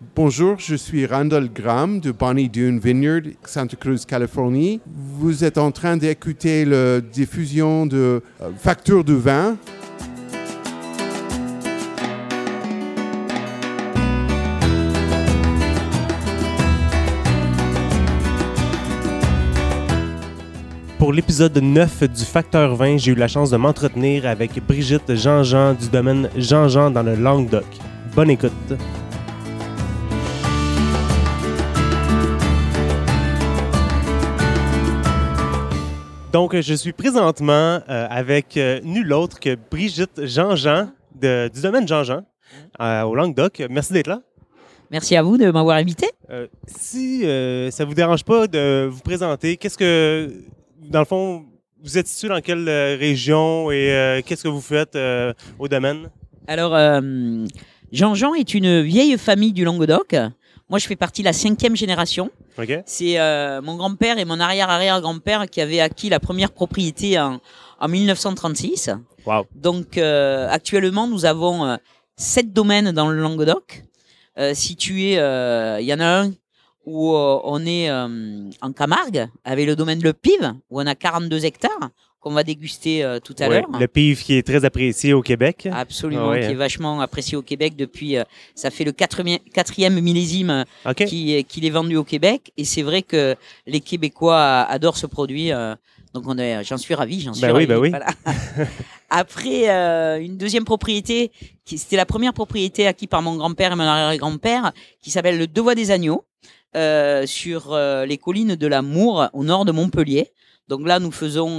Bonjour, je suis Randall Graham de Bonnie Doon Vineyard, Santa Cruz, Californie. Vous êtes en train d'écouter la diffusion de Facture de vin. Pour l'épisode 9 du Facteur 20, j'ai eu la chance de m'entretenir avec Brigitte Jean-Jean du domaine Jean-Jean dans le Languedoc. Bonne écoute. Donc, je suis présentement avec nul autre que Brigitte Jean-Jean du domaine Jean-Jean au Languedoc. Merci d'être là. Merci à vous de m'avoir invité. Si ça vous dérange pas de vous présenter, qu'est-ce que, dans le fond, vous êtes situé dans quelle région et qu'est-ce que vous faites au domaine? Alors, Jean-Jean est une vieille famille du Languedoc. Moi, je fais partie de la 5e génération. Okay. C'est mon grand-père et mon arrière-arrière-grand-père qui avaient acquis la première propriété en 1936. Wow. Donc, actuellement, nous avons 7 domaines dans le Languedoc. Situés, il y en a un où on est en Camargue, avec le domaine Le Pive, où on a 42 hectares, qu'on va déguster tout à l'heure. Le Pive qui est très apprécié au Québec. Absolument, qui est vachement apprécié au Québec depuis, ça fait le quatrième millésime qu'il est vendu au Québec. Et c'est vrai que les Québécois adorent ce produit. Donc j'en suis ravi, Oui. Voilà. Après, une deuxième propriété, c'était la première propriété acquise par mon grand-père et mon arrière-grand-père, qui s'appelle le Devois des Agneaux, sur les collines de la Moure, au nord de Montpellier. Donc là, nous faisons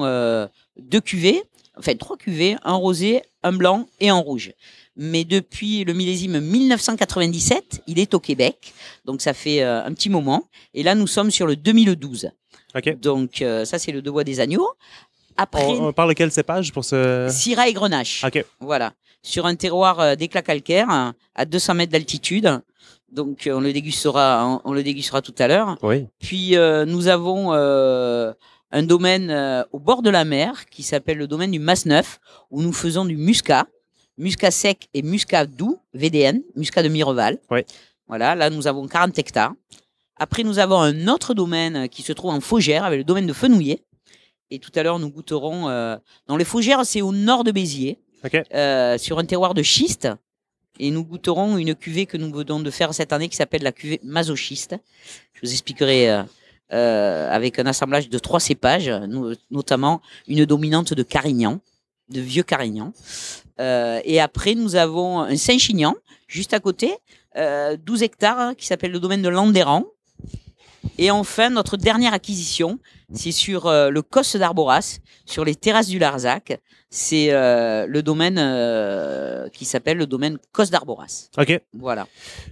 3 cuvées, un rosé, un blanc et un rouge. Mais depuis le millésime 1997, il est au Québec. Donc ça fait un petit moment. Et là, nous sommes sur le 2012. Okay. Donc ça, c'est le Devois des Agneaux. Après, on parle de quel cépage pour ce... Syrah et Grenache. Okay. Voilà. Sur un terroir d'éclat calcaire à 200 mètres d'altitude. Donc on le dégustera tout à l'heure. Oui. Puis nous avons un domaine au bord de la mer qui s'appelle le domaine du Mas-Neuf, où nous faisons du muscat sec et muscat doux, VDN, muscat de Mireval. Oui. Voilà, là nous avons 40 hectares. Après nous avons un autre domaine qui se trouve en Faugère, avec le domaine de Fenouillet. Et tout à l'heure nous goûterons... dans les Faugères, c'est au nord de Béziers, sur un terroir de schiste. Et nous goûterons une cuvée que nous venons de faire cette année qui s'appelle la cuvée masochiste. Je vous expliquerai... avec un assemblage de 3 cépages, notamment une dominante de Carignan, de vieux Carignan. Et après, nous avons un Saint-Chinian, juste à côté, 12 hectares, qui s'appelle le domaine de Landéran. Et enfin, notre dernière acquisition, c'est sur le Cos d'Arboras, sur les terrasses du Larzac. C'est le domaine qui s'appelle le domaine Cos d'Arboras. OK. Voilà.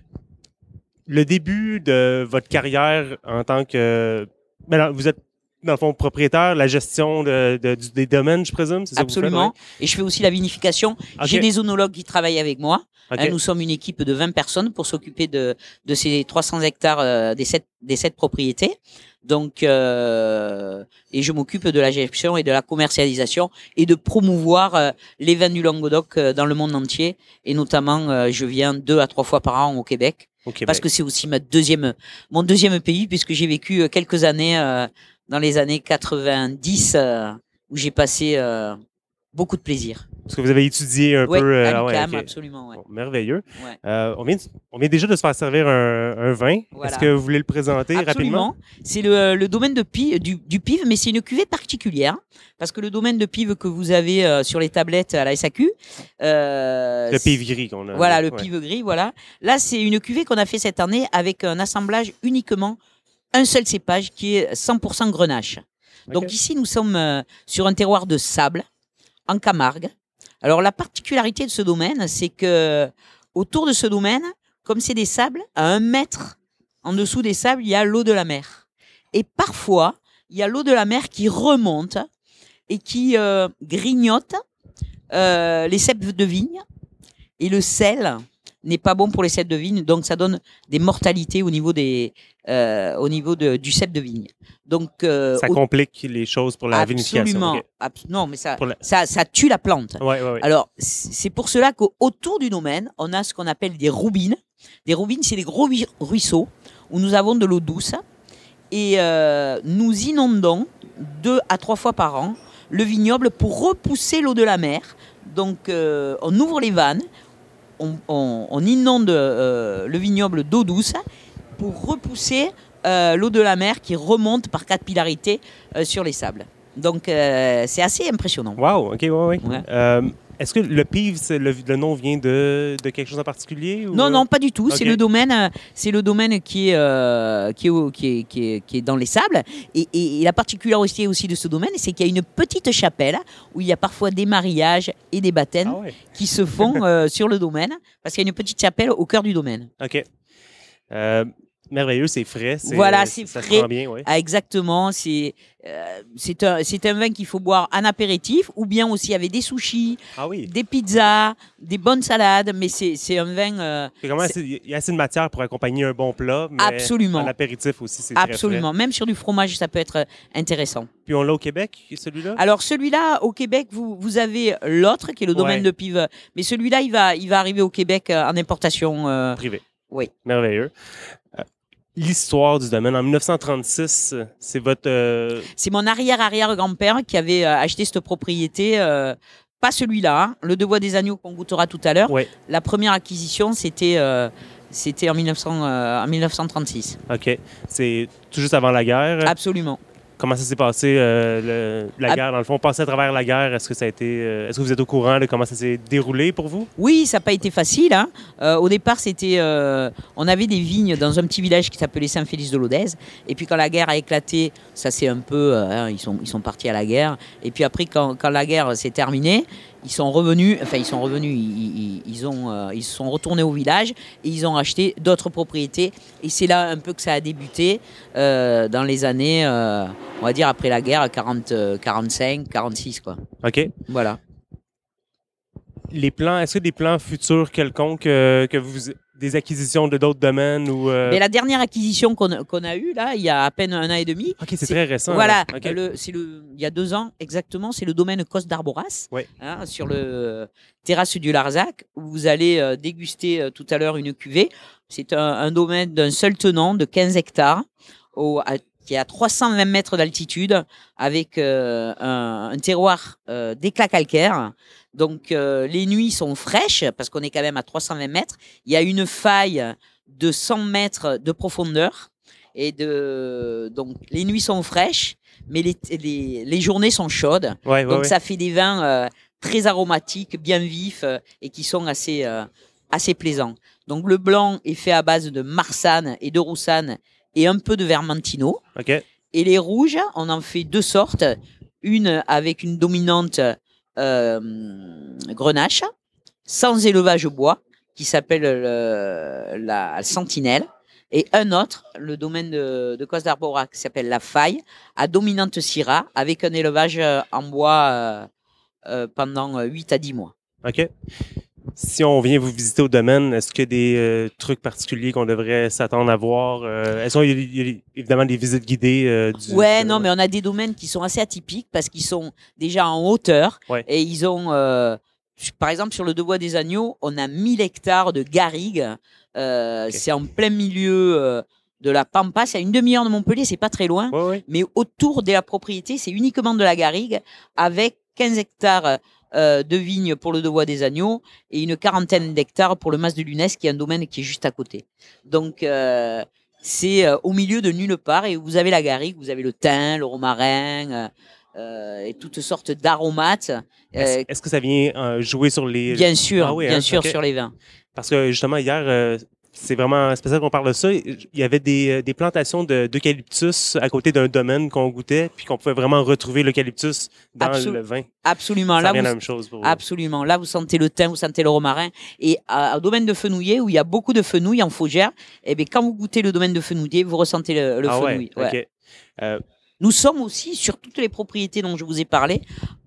Le début de votre carrière en tant que... vous êtes, dans le fond, propriétaire, la gestion des domaines, je présume, c'est ça? Absolument. Que vous faites, Et je fais aussi la vinification. Okay. J'ai des œnologues qui travaillent avec moi. Okay. Nous sommes une équipe de 20 personnes pour s'occuper de ces 300 hectares des 7 propriétés. Donc, et je m'occupe de la gestion et de la commercialisation et de promouvoir les vins du Languedoc dans le monde entier. Et notamment, je viens 2 à 3 fois par an au Québec. Parce que c'est aussi mon deuxième pays, puisque j'ai vécu quelques années dans les années 90 où j'ai passé beaucoup de plaisir. Parce que vous avez étudié un peu... Okay. Absolument. Ouais. Bon, merveilleux. Ouais. On vient déjà de se faire servir un vin. Voilà. Est-ce que vous voulez le présenter rapidement? C'est le domaine du Pive, mais c'est une cuvée particulière. Parce que le domaine de Pive que vous avez sur les tablettes à la SAQ... le Pive gris qu'on a. Voilà, le Pive gris, voilà. Là, c'est une cuvée qu'on a fait cette année avec un assemblage uniquement, un seul cépage qui est 100% Grenache. Okay. Donc ici, nous sommes sur un terroir de sable, en Camargue. Alors la particularité de ce domaine, c'est que autour de ce domaine, comme c'est des sables, à 1 mètre en dessous des sables, il y a l'eau de la mer. Et parfois, il y a l'eau de la mer qui remonte et qui grignote les cèpes de vigne. Et le sel n'est pas bon pour les cèpes de vigne, donc ça donne des mortalités au niveau du cèpe de vigne. Donc ça complique les choses pour la vinification. Okay. Non, mais ça tue la plante. Ouais. Alors c'est pour cela qu'autour du domaine, on a ce qu'on appelle des roubines. Des roubines, c'est des gros ruisseaux où nous avons de l'eau douce et nous inondons 2 à 3 fois par an le vignoble pour repousser l'eau de la mer. Donc on ouvre les vannes, on inonde le vignoble d'eau douce pour repousser l'eau de la mer qui remonte par capillarité sur les sables. Donc c'est assez impressionnant. Wow, ok, ouais. Est-ce que le pive, le nom vient de quelque chose en particulier ou... Non, pas du tout. Okay. C'est le domaine qui est dans les sables. Et la particularité aussi de ce domaine, c'est qu'il y a une petite chapelle où il y a parfois des mariages et des baptêmes qui se font sur le domaine, parce qu'il y a une petite chapelle au cœur du domaine. OK. Merveilleux, c'est frais. Voilà, c'est ça frais. Se prend bien, oui. Ah, exactement. C'est un vin qu'il faut boire en apéritif ou bien aussi avec des sushis, des pizzas, des bonnes salades. Mais c'est un vin. Il y a assez de matière pour accompagner un bon plat. Mais absolument. En apéritif aussi, c'est très frais. Absolument. Même sur du fromage, ça peut être intéressant. Puis on l'a au Québec, celui-là? Alors celui-là, au Québec, vous avez l'autre qui est le domaine de Pive. Mais celui-là, il va arriver au Québec en importation. Privée. Oui. Merveilleux. L'histoire du domaine. En 1936, c'est votre... C'est mon arrière-arrière-grand-père qui avait acheté cette propriété, pas celui-là, hein, le Deux-Bois des Agneaux qu'on goûtera tout à l'heure. Ouais. La première acquisition, c'était en 1936. OK. C'est tout juste avant la guerre? Absolument. Comment ça s'est passé, la guerre? Dans le fond, passer à travers la guerre, est-ce que vous êtes au courant de comment ça s'est déroulé pour vous? Oui, ça n'a pas été facile. Hein. Au départ, on avait des vignes dans un petit village qui s'appelait Saint-Félix-de-Lodèze. Et puis quand la guerre a éclaté, ça c'est un peu... ils sont partis à la guerre. Et puis après, quand la guerre s'est terminée, ils sont revenus, ils se sont retournés au village et ils ont acheté d'autres propriétés. Et c'est là un peu que ça a débuté dans les années, on va dire après la guerre, 45, 46 quoi. OK. Voilà. Les plans, est-ce que des plans futurs quelconques des acquisitions de d'autres domaines ou Mais la dernière acquisition qu'on a eue là, il y a à peine 1 an et demi. OK, c'est très récent. Voilà, okay. Il y a 2 ans exactement, c'est le domaine Coste d'Arboras, hein, sur le terrasse du Larzac, où vous allez déguster tout à l'heure une cuvée. C'est un domaine d'un seul tenant de 15 hectares, qui est à 320 mètres d'altitude, avec un terroir d'éclat calcaire. Donc, les nuits sont fraîches, parce qu'on est quand même à 320 mètres. Il y a une faille de 100 mètres de profondeur. Donc, les nuits sont fraîches, mais les journées sont chaudes. Donc, ça fait des vins très aromatiques, bien vifs, et qui sont assez plaisants. Donc, le blanc est fait à base de marsanne et de roussanne, et un peu de vermentino. Okay. Et les rouges, on en fait 2 sortes. Une avec une dominante grenache, sans élevage bois, qui s'appelle la Sentinelle. Et un autre, le domaine de Coste d'Arboras, qui s'appelle la Faille, à dominante Syrah, avec un élevage en bois pendant 8 à 10 mois. OK. Si on vient vous visiter au domaine, est-ce qu'il y a des trucs particuliers qu'on devrait s'attendre à voir? Est-ce qu'il y a évidemment des visites guidées? Non, mais on a des domaines qui sont assez atypiques parce qu'ils sont déjà en hauteur et ils ont, par exemple, sur le Deux-Bois des Agneaux, on a 1000 hectares de garrigues. C'est en plein milieu de la Pampa, c'est à une demi-heure de Montpellier, c'est pas très loin, mais autour de la propriété, c'est uniquement de la garrigue avec 15 hectares de vignes pour le Deux-Bois des Agneaux et une 40aine d'hectares pour le Mas de Lunès, qui est un domaine qui est juste à côté. Donc, c'est au milieu de nulle part et vous avez la garrigue, vous avez le thym, le romarin et toutes sortes d'aromates. Est-ce que ça vient jouer sur les... Bien sûr, okay. Sur les vins. Parce que justement, hier... c'est vraiment spécial qu'on parle de ça. Il y avait des plantations d'eucalyptus à côté d'un domaine qu'on goûtait, puis qu'on pouvait vraiment retrouver l'eucalyptus dans le vin. Absolument. Ça revient la même chose pour vous. Absolument. Là, vous sentez le thym, vous sentez le romarin. Et au domaine de Fenouillet, où il y a beaucoup de fenouil en faugère, quand vous goûtez le domaine de Fenouillet, vous ressentez le fenouil. Ouais. Nous sommes aussi sur toutes les propriétés dont je vous ai parlé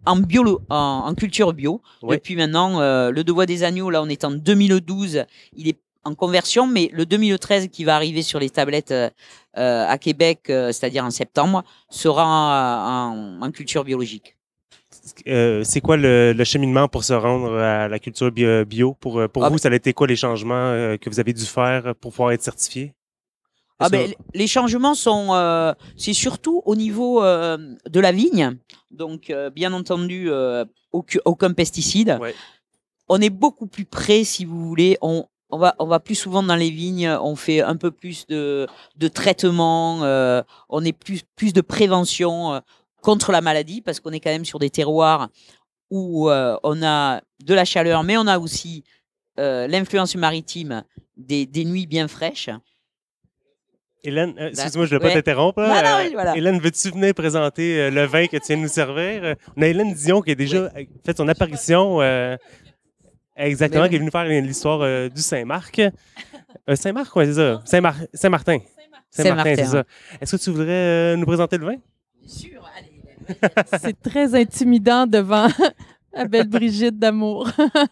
en culture bio. Depuis maintenant, le Deux-Bois des Agneaux, là, on est en 2012. Il est en conversion, mais le 2013 qui va arriver sur les tablettes à Québec, c'est-à-dire en septembre, sera en culture biologique. c'est quoi le cheminement pour se rendre à la culture bio? Pour vous, ça a été quoi les changements que vous avez dû faire pour pouvoir être certifié? Les changements sont, c'est surtout au niveau de la vigne. Donc, bien entendu, aucun pesticide. Ouais. On est beaucoup plus près, si vous voulez. On va plus souvent dans les vignes. On fait un peu plus de traitement. On est plus de prévention contre la maladie, parce qu'on est quand même sur des terroirs où on a de la chaleur, mais on a aussi l'influence maritime des nuits bien fraîches. Hélène, excuse-moi, je ne veux pas t'interrompre. Non, voilà. Hélène, veux-tu venir présenter le vin que tu viens de nous servir? On a Hélène Dion qui a déjà fait son apparition, exactement, qui est venue faire l'histoire du Saint-Marc. Saint-Marc, oui, c'est ça. Saint-Martin. Saint-Martin, c'est ça. Est-ce que tu voudrais nous présenter le vin? Bien sûr, allez. C'est très intimidant devant la belle Brigitte d'amour.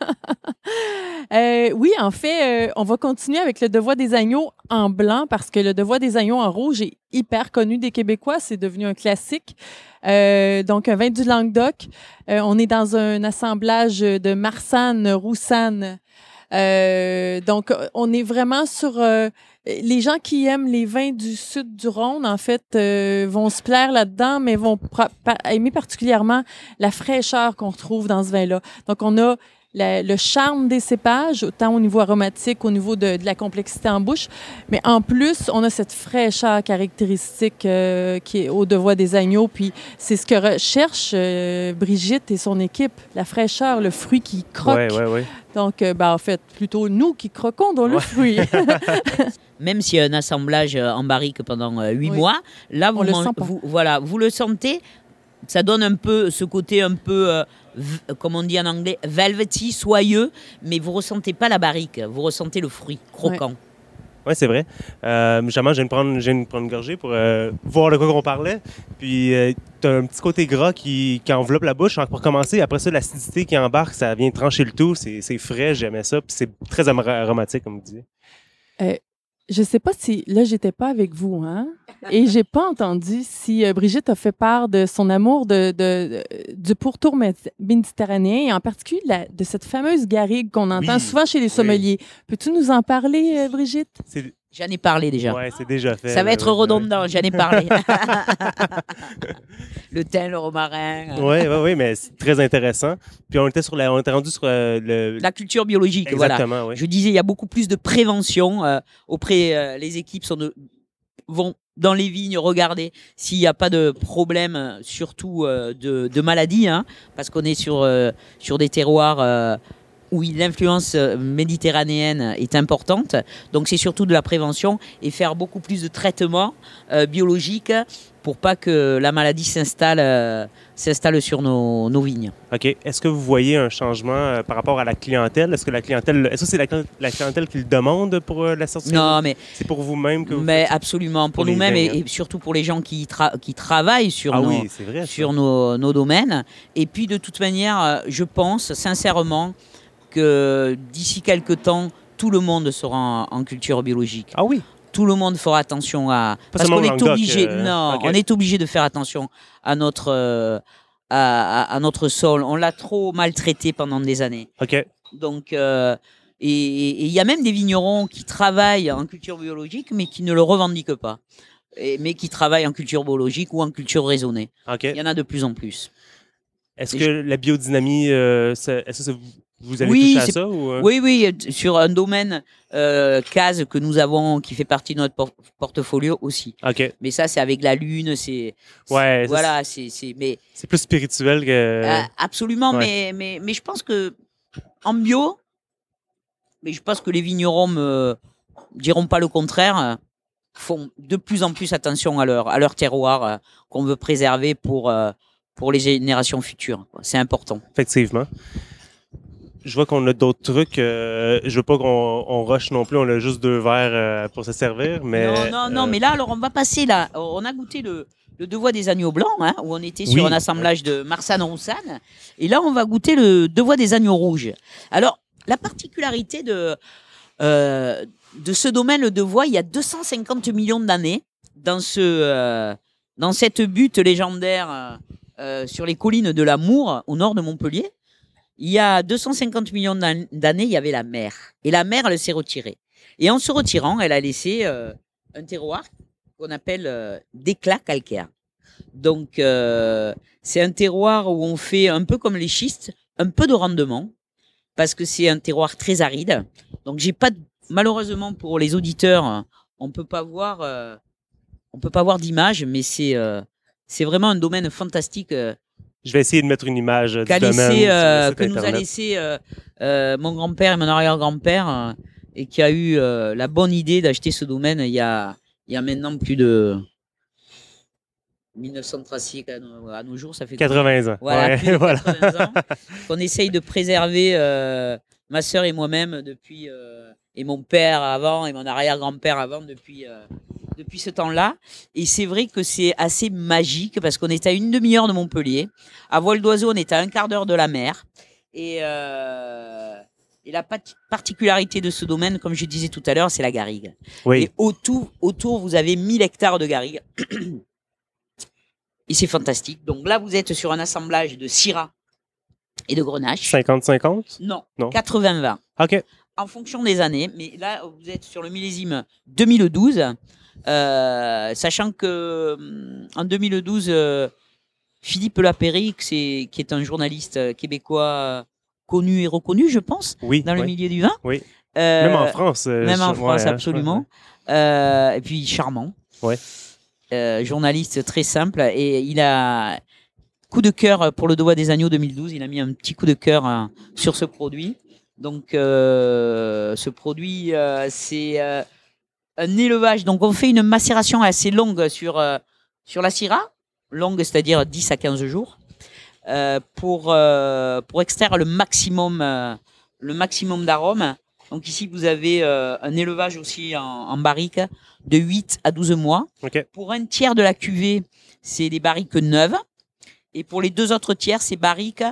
Oui, en fait, on va continuer avec le Devois des agneaux en blanc, parce que le Devois des agneaux en rouge est hyper connu des Québécois. C'est devenu un classique. Donc, un vin du Languedoc. On est dans un assemblage de Marsanne, Roussanne. Donc, on est vraiment sur... les gens qui aiment les vins du sud du Rhône, en fait, vont se plaire là-dedans, mais vont aimer particulièrement la fraîcheur qu'on retrouve dans ce vin-là. Donc, on a le charme des cépages, autant au niveau aromatique, au niveau de la complexité en bouche, mais en plus, on a cette fraîcheur caractéristique qui est au Devois des agneaux, puis c'est ce que recherche Brigitte et son équipe, la fraîcheur, le fruit qui croque. Ouais. Donc, en fait, plutôt nous qui croquons dans le fruit. Même s'il y a un assemblage en barrique pendant 8 mois, là, vous le sentez, ça donne un peu ce côté un peu, comme on dit en anglais, velvety, soyeux, mais vous ressentez pas la barrique, vous ressentez le fruit croquant. Oui, c'est vrai. Justement, je viens de prendre une gorgée pour voir de quoi on parlait. Puis, tu as un petit côté gras qui enveloppe la bouche pour commencer. Après ça, l'acidité qui embarque, ça vient trancher le tout. C'est frais, j'aimais ça. Puis, c'est très aromatique, comme vous disiez. Je sais pas si... Là, j'étais pas avec vous, hein? Et j'ai pas entendu si Brigitte a fait part de son amour du pourtour méditerranéen, et en particulier de cette fameuse garrigue qu'on entend souvent chez les sommeliers. Peux-tu nous en parler, Brigitte? J'en ai parlé déjà. Oui, c'est déjà fait. Ça va être redondant, j'en ai parlé. Le thym, le romarin. Oui, mais c'est très intéressant. Puis on était rendu sur la culture biologique. Exactement, voilà. Oui. Je disais, il y a beaucoup plus de prévention auprès. Les équipes vont dans les vignes regarder s'il n'y a pas de problème, surtout de maladie, hein, parce qu'on est sur des terroirs où l'influence méditerranéenne est importante. Donc, c'est surtout de la prévention et faire beaucoup plus de traitements biologiques pour pas que la maladie s'installe sur nos vignes. OK. Est-ce que vous voyez un changement par rapport à la clientèle? Est-ce que c'est la clientèle qui le demande pour la certification? Non, mais... C'est pour vous-même que vous Mais faites absolument. Pour nous-mêmes et surtout pour les gens qui travaillent sur nos domaines. Et puis, de toute manière, je pense sincèrement que d'ici quelques temps, tout le monde sera en culture biologique. Ah oui? Tout le monde fera attention parce qu'on est obligé. On est obligé de faire attention à notre sol. On l'a trop maltraité pendant des années. OK. Donc, et il y a même des vignerons qui travaillent en culture biologique, mais qui ne le revendiquent pas. Mais qui travaillent en culture biologique ou en culture raisonnée. OK. Il y en a de plus en plus. Est-ce que la biodynamie, vous allez toucher à ça? Oui, sur un domaine case que nous avons, qui fait partie de notre portfolio aussi. OK. Mais ça, c'est avec la lune, c'est plus spirituel que... absolument, mais je pense que en bio, mais je pense que les vignerons me diront pas le contraire, font de plus en plus attention à leur terroir qu'on veut préserver pour les générations futures. C'est important. Effectivement. Je vois qu'on a d'autres trucs. Je veux pas qu'on rush non plus. On a juste 2 verres pour se servir. Mais, non. Mais là, alors, on va passer là. On a goûté le Devois des agneaux blancs, hein, où on était sur un assemblage de Marsanne-Roussanne. Et là, on va goûter le Devois des agneaux rouges. Alors, la particularité de ce domaine, le Devois, il y a 250 millions d'années dans cette butte légendaire sur les collines de l'Amour, au nord de Montpellier, il y a 250 millions d'années, il y avait la mer. Et la mer, elle s'est retirée. Et en se retirant, elle a laissé un terroir qu'on appelle d'éclat calcaire. Donc, c'est un terroir où on fait un peu comme les schistes, un peu de rendement, parce que c'est un terroir très aride. Donc, malheureusement pour les auditeurs, on peut pas voir d'image, mais c'est vraiment un domaine fantastique. Je vais essayer de mettre une image du domaine que nous a laissé mon grand-père et mon arrière-grand-père, et qui a eu la bonne idée d'acheter ce domaine il y a maintenant plus de 1936 à nos jours, ça fait 80 ans. Voilà, plus de 80 ans qu'on essaye de préserver, ma sœur et moi-même depuis et mon père avant et mon arrière-grand-père avant depuis ce temps-là. Et c'est vrai que c'est assez magique parce qu'on est à une demi-heure de Montpellier. À Vol d'Oiseau, on est à un quart d'heure de la mer. Et la particularité de ce domaine, comme je disais tout à l'heure, c'est la garrigue. Oui. Et autour, vous avez 1000 hectares de garrigue. Et c'est fantastique. Donc là, vous êtes sur un assemblage de Syrah et de Grenache. 50-50? Non. 80-20. OK. En fonction des années. Mais là, vous êtes sur le millésime 2012. Sachant que en 2012, Philippe Lapéry, qui est un journaliste québécois connu et reconnu, je pense, dans le milieu du vin. Oui. Même en France. Absolument. Et puis charmant. Ouais. Journaliste très simple. Et il a coup de cœur pour le Doigt des Agneaux 2012. Il a mis un petit coup de cœur sur ce produit. Donc, ce produit, c'est un élevage. Donc, on fait une macération assez longue sur la Syrah. Longue, c'est-à-dire 10 à 15 jours. Pour extraire le maximum d'arômes. Donc ici, vous avez un élevage aussi en barrique de 8 à 12 mois. Okay. Pour un tiers de la cuvée, c'est des barriques neuves. Et pour les deux autres tiers, c'est barriques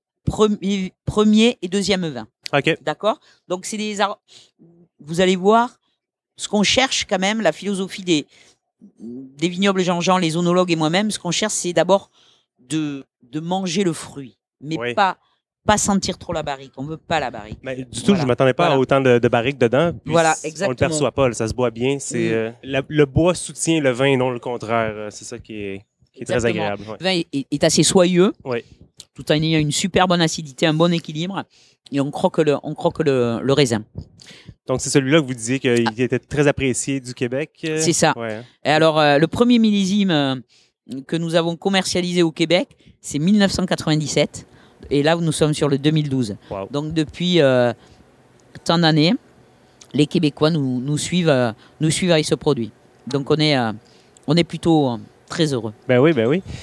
premier et deuxième vin. Okay. D'accord ? Donc, vous allez voir ce qu'on cherche quand même, la philosophie des vignobles Jean-Jean, les onologues et moi-même, ce qu'on cherche, c'est d'abord de manger le fruit, mais pas sentir trop la barrique. On veut pas la barrique. Mais du tout, je ne m'attendais pas à autant de barriques dedans. Voilà, exactement. On le perçoit pas, ça se boit bien. C'est le bois soutient le vin et non le contraire. C'est ça qui est très agréable. Ouais. Le vin est assez soyeux, ouais. Tout en ayant une super bonne acidité, un bon équilibre, et on croque le raisin. Donc, c'est celui-là que vous disiez qu'il était très apprécié du Québec. C'est ça. Ouais. Et alors, le premier millésime que nous avons commercialisé au Québec, c'est 1997. Et là, nous sommes sur le 2012. Wow. Donc, depuis tant d'années, les Québécois nous suivent avec ce produit. Donc, on est plutôt très heureux. Ben oui.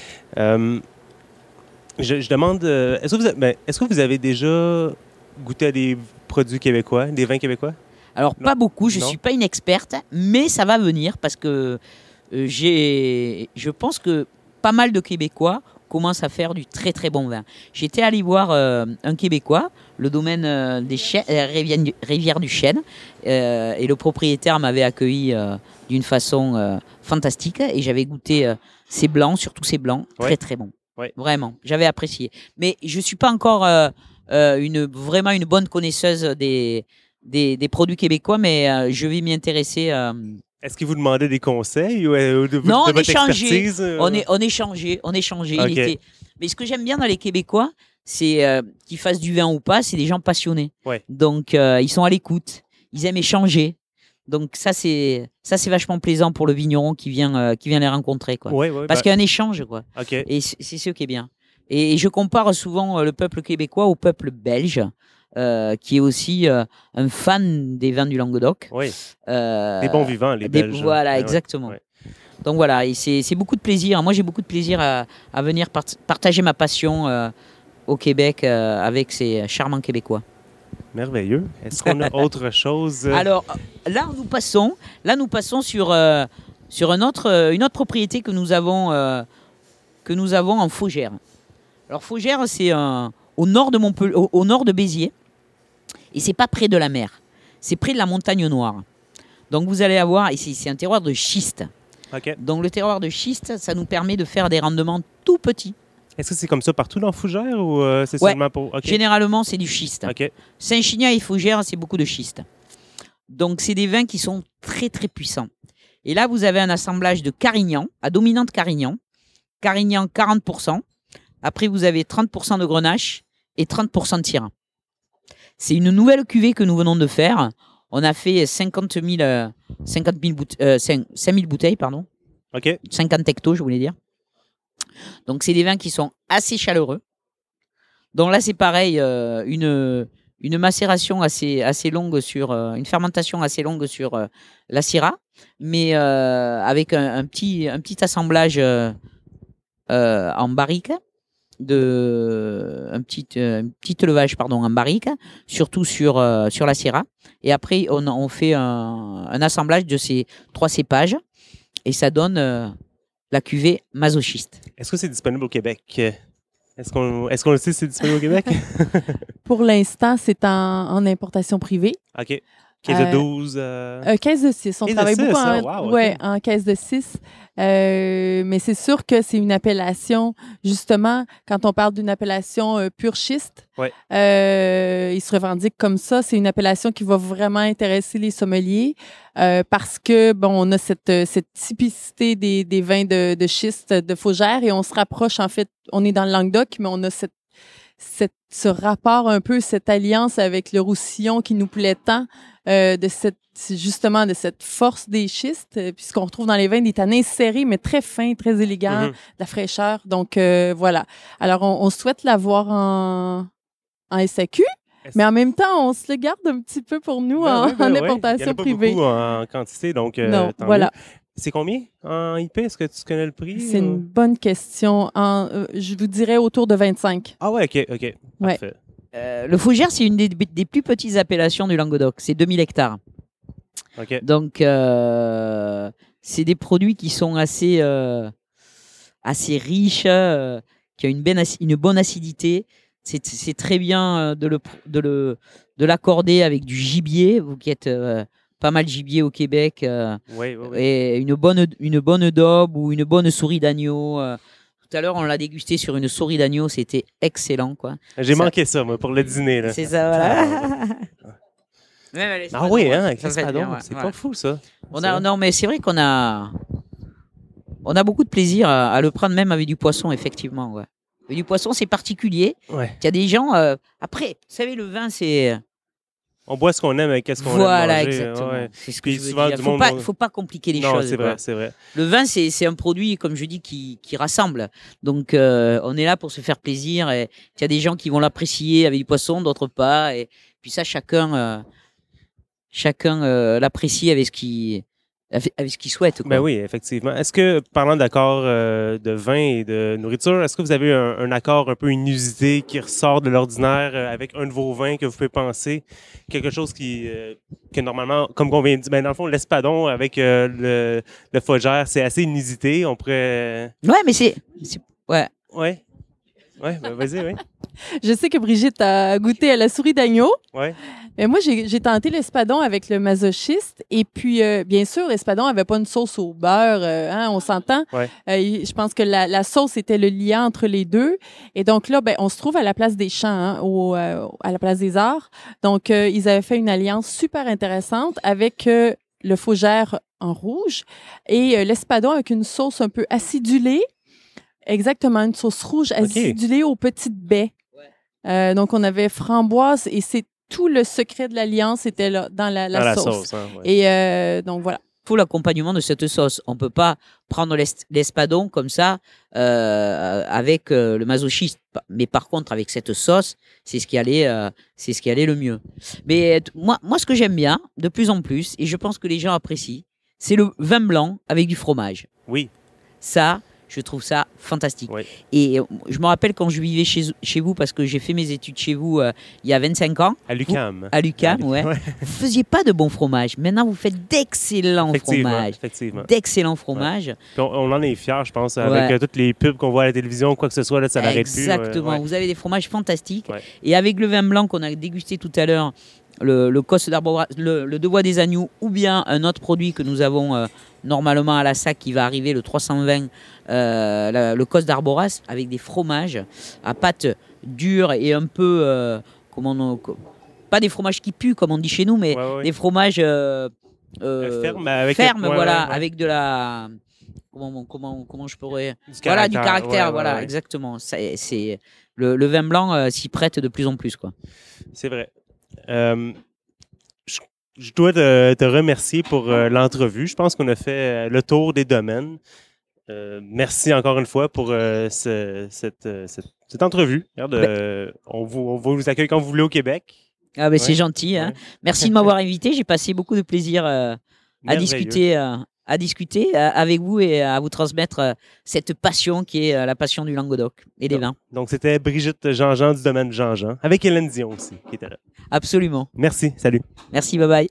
Je demande, est-ce que vous avez déjà goûté à des produits québécois, des vins québécois? Alors, pas beaucoup. Je ne suis pas une experte, mais ça va venir parce que je pense que pas mal de Québécois commencent à faire du très très bon vin. J'étais allé voir un Québécois, le domaine des Rivières du Chêne, et le propriétaire m'avait accueilli d'une façon fantastique, et j'avais goûté ces blancs, surtout ces blancs, très très bons. Ouais. Vraiment, j'avais apprécié. Mais je ne suis pas encore vraiment une bonne connaisseuse des produits québécois, mais je vais m'y intéresser. Est-ce qu'il vous demandait des conseils ou de non, votre expertise? On échangeait. Okay. Mais ce que j'aime bien dans les Québécois, c'est qu'ils fassent du vin ou pas, c'est des gens passionnés. Ouais. Donc, ils sont à l'écoute. Ils aiment échanger. Donc, ça, c'est vachement plaisant pour le vigneron qui vient les rencontrer, quoi. Ouais, parce qu'il y a un échange, quoi. Okay. Et c'est ce qui est bien. Et je compare souvent le peuple québécois au peuple belge, qui est aussi un fan des vins du Languedoc. Oui. Des bons vivants, les Belges. Voilà, exactement. Ouais. Donc voilà, et c'est beaucoup de plaisir. Moi, j'ai beaucoup de plaisir à venir partager ma passion au Québec avec ces charmants Québécois. Merveilleux. Est-ce qu'on a autre chose? Alors, là, nous passons sur une autre propriété que nous avons en Faugère. Alors, Faugère, c'est au nord de Montpellier, au nord de Béziers. Et c'est pas près de la mer. C'est près de la Montagne Noire. Donc, vous allez avoir... Et c'est un terroir de schiste. Okay. Donc, le terroir de schiste, ça nous permet de faire des rendements tout petits. Est-ce que c'est comme ça partout dans Fougères ou c'est Ouais. seulement pour... Okay. Généralement, c'est du schiste. OK. Saint-Chiniat et Fougères, c'est beaucoup de schiste. Donc, c'est des vins qui sont très, très puissants. Et là, vous avez un assemblage de Carignan, à dominante Carignan. Carignan, 40%. Après, vous avez 30% de Grenache et 30% de Syrah. C'est une nouvelle cuvée que nous venons de faire. On a fait 5 000 bouteilles, pardon. OK. 50 hectos, je voulais dire. Donc, c'est des vins qui sont assez chaleureux. Donc là, c'est pareil, une macération assez longue sur... une fermentation assez longue sur la Syrah, mais avec un petit assemblage en barrique, un petit élevage en barrique, surtout sur la Syrah. Et après, on fait un assemblage de ces 3 cépages et ça donne la cuvée masochiste. Est-ce que c'est disponible au Québec? Est-ce qu'on le sait si c'est disponible au Québec? Pour l'instant, c'est en importation privée. OK. Caisse de 12? Caisse de 6. On caisse travaille de 6, beaucoup okay. en caisse de 6. Mais c'est sûr que c'est une appellation, justement, quand on parle d'une appellation pure schiste, ouais. Il se revendique comme ça. C'est une appellation qui va vraiment intéresser les sommeliers parce que, on a cette typicité des vins de schiste de Fougères et on se rapproche, en fait, on est dans le Languedoc, mais on a ce rapport un peu, cette alliance avec le Roussillon qui nous plaît tant, de cette force des schistes, puisqu'on retrouve dans les vins des tanins serrés, mais très fins, très élégants, de la fraîcheur. Donc, voilà. Alors, on souhaite l'avoir en SAQ, mais en même temps, on se le garde un petit peu pour nous en importation privée. Il n'y en a pas beaucoup en quantité, donc non, voilà. Mieux. C'est combien en IP? Est-ce que tu connais le prix? C'est une bonne question. Je vous dirais autour de 25. Ah ouais, OK. Ouais. Parfait. Le Fougères, c'est une des plus petites appellations du Languedoc. C'est 2000 hectares. OK. Donc, c'est des produits qui sont assez riches, qui ont une bonne acidité. C'est très bien de l'accorder avec du gibier. Vous qui êtes pas mal gibier au Québec. Oui. Et une bonne daube ou une bonne souris d'agneau. Tout à l'heure, on l'a dégusté sur une souris d'agneau. C'était excellent, quoi. J'ai manqué ça, moi, pour le dîner. Là. C'est ça, voilà. Ah oui, avec ça l'espadon, c'est pas fou, ça. Non, mais c'est vrai qu'on a beaucoup de plaisir à le prendre, même avec du poisson, effectivement. Ouais. Avec du poisson, c'est particulier. Ouais. Il y a des gens... Après, vous savez, le vin, c'est... On boit ce qu'on aime avec ce qu'on aime manger. Voilà, exactement. Ouais. C'est ce que Puis je veux souvent, dire. Il ne faut pas compliquer les choses. Non, c'est vrai. Le vin, c'est un produit, comme je dis, qui rassemble. Donc, on est là pour se faire plaisir. Et il y a des gens qui vont l'apprécier avec du poisson, d'autres pas. Et puis ça, chacun l'apprécie avec ce qu'il souhaite. Quoi. Ben oui, effectivement. Est-ce que, parlant d'accords de vin et de nourriture, est-ce que vous avez un accord un peu inusité qui ressort de l'ordinaire avec un de vos vins que vous pouvez penser? Quelque chose que normalement, comme on vient de dire, ben dans le fond, l'espadon avec le Fougères, c'est assez inusité. On pourrait... Ouais, mais c'est... Ouais. Ouais. Ouais, ben vas-y, oui. Je sais que Brigitte a goûté à la souris d'agneau. Ouais. Mais moi, j'ai tenté l'espadon avec le masochiste. Et puis, bien sûr, l'espadon n'avait pas une sauce au beurre. On s'entend. Ouais. Je pense que la sauce était le lien entre les deux. Et donc là, on se trouve à la place des champs, à la place des arts. Donc, ils avaient fait une alliance super intéressante avec le Fougères en rouge et l'espadon avec une sauce un peu acidulée. Exactement, une sauce rouge acidulée aux petites baies. Ouais. Donc, on avait framboise et c'est tout le secret de l'alliance était là, dans la sauce. Hein, ouais. Et donc, voilà. Il faut l'accompagnement de cette sauce. On ne peut pas prendre l'espadon comme ça avec le masochiste. Mais par contre, avec cette sauce, c'est ce qui allait le mieux. Mais moi, ce que j'aime bien, de plus en plus, et je pense que les gens apprécient, c'est le vin blanc avec du fromage. Oui. Ça... Je trouve ça fantastique. Oui. Et je me rappelle quand je vivais chez vous, parce que j'ai fait mes études chez vous il y a 25 ans. À l'UQAM. À l'UQAM, ouais. Vous ne faisiez pas de bons fromages. Maintenant, vous faites d'excellents fromages. Effectivement. D'excellents fromages. Ouais. On en est fiers, je pense, avec toutes les pubs qu'on voit à la télévision, quoi que ce soit, là, ça n'arrête plus. Exactement. Vous avez des fromages fantastiques. Ouais. Et avec le vin blanc qu'on a dégusté tout à l'heure, le Coste d'Arboras, le Devois des Agneaux, ou bien un autre produit que nous avons normalement à la SAC qui va arriver, le 320, le Coste d'Arboras, avec des fromages à pâte dure et un peu, pas des fromages qui puent comme on dit chez nous, mais des fromages fermes, avec de la... Comment je pourrais... Voilà, du caractère, exactement. C'est le vin blanc s'y prête de plus en plus, quoi. C'est vrai. Je dois te remercier pour l'entrevue. Je pense qu'on a fait le tour des domaines. Merci encore une fois pour cette entrevue. Regarde, on vous accueille quand vous voulez au Québec. Ah ben c'est gentil. Hein. Merci de m'avoir invité. J'ai passé beaucoup de plaisir à discuter avec vous et à vous transmettre cette passion qui est la passion du Languedoc et des vins. Donc, c'était Brigitte Jean-Jean du domaine Jean-Jean, avec Hélène Dion aussi, qui était là. Absolument. Merci, salut. Merci, bye-bye.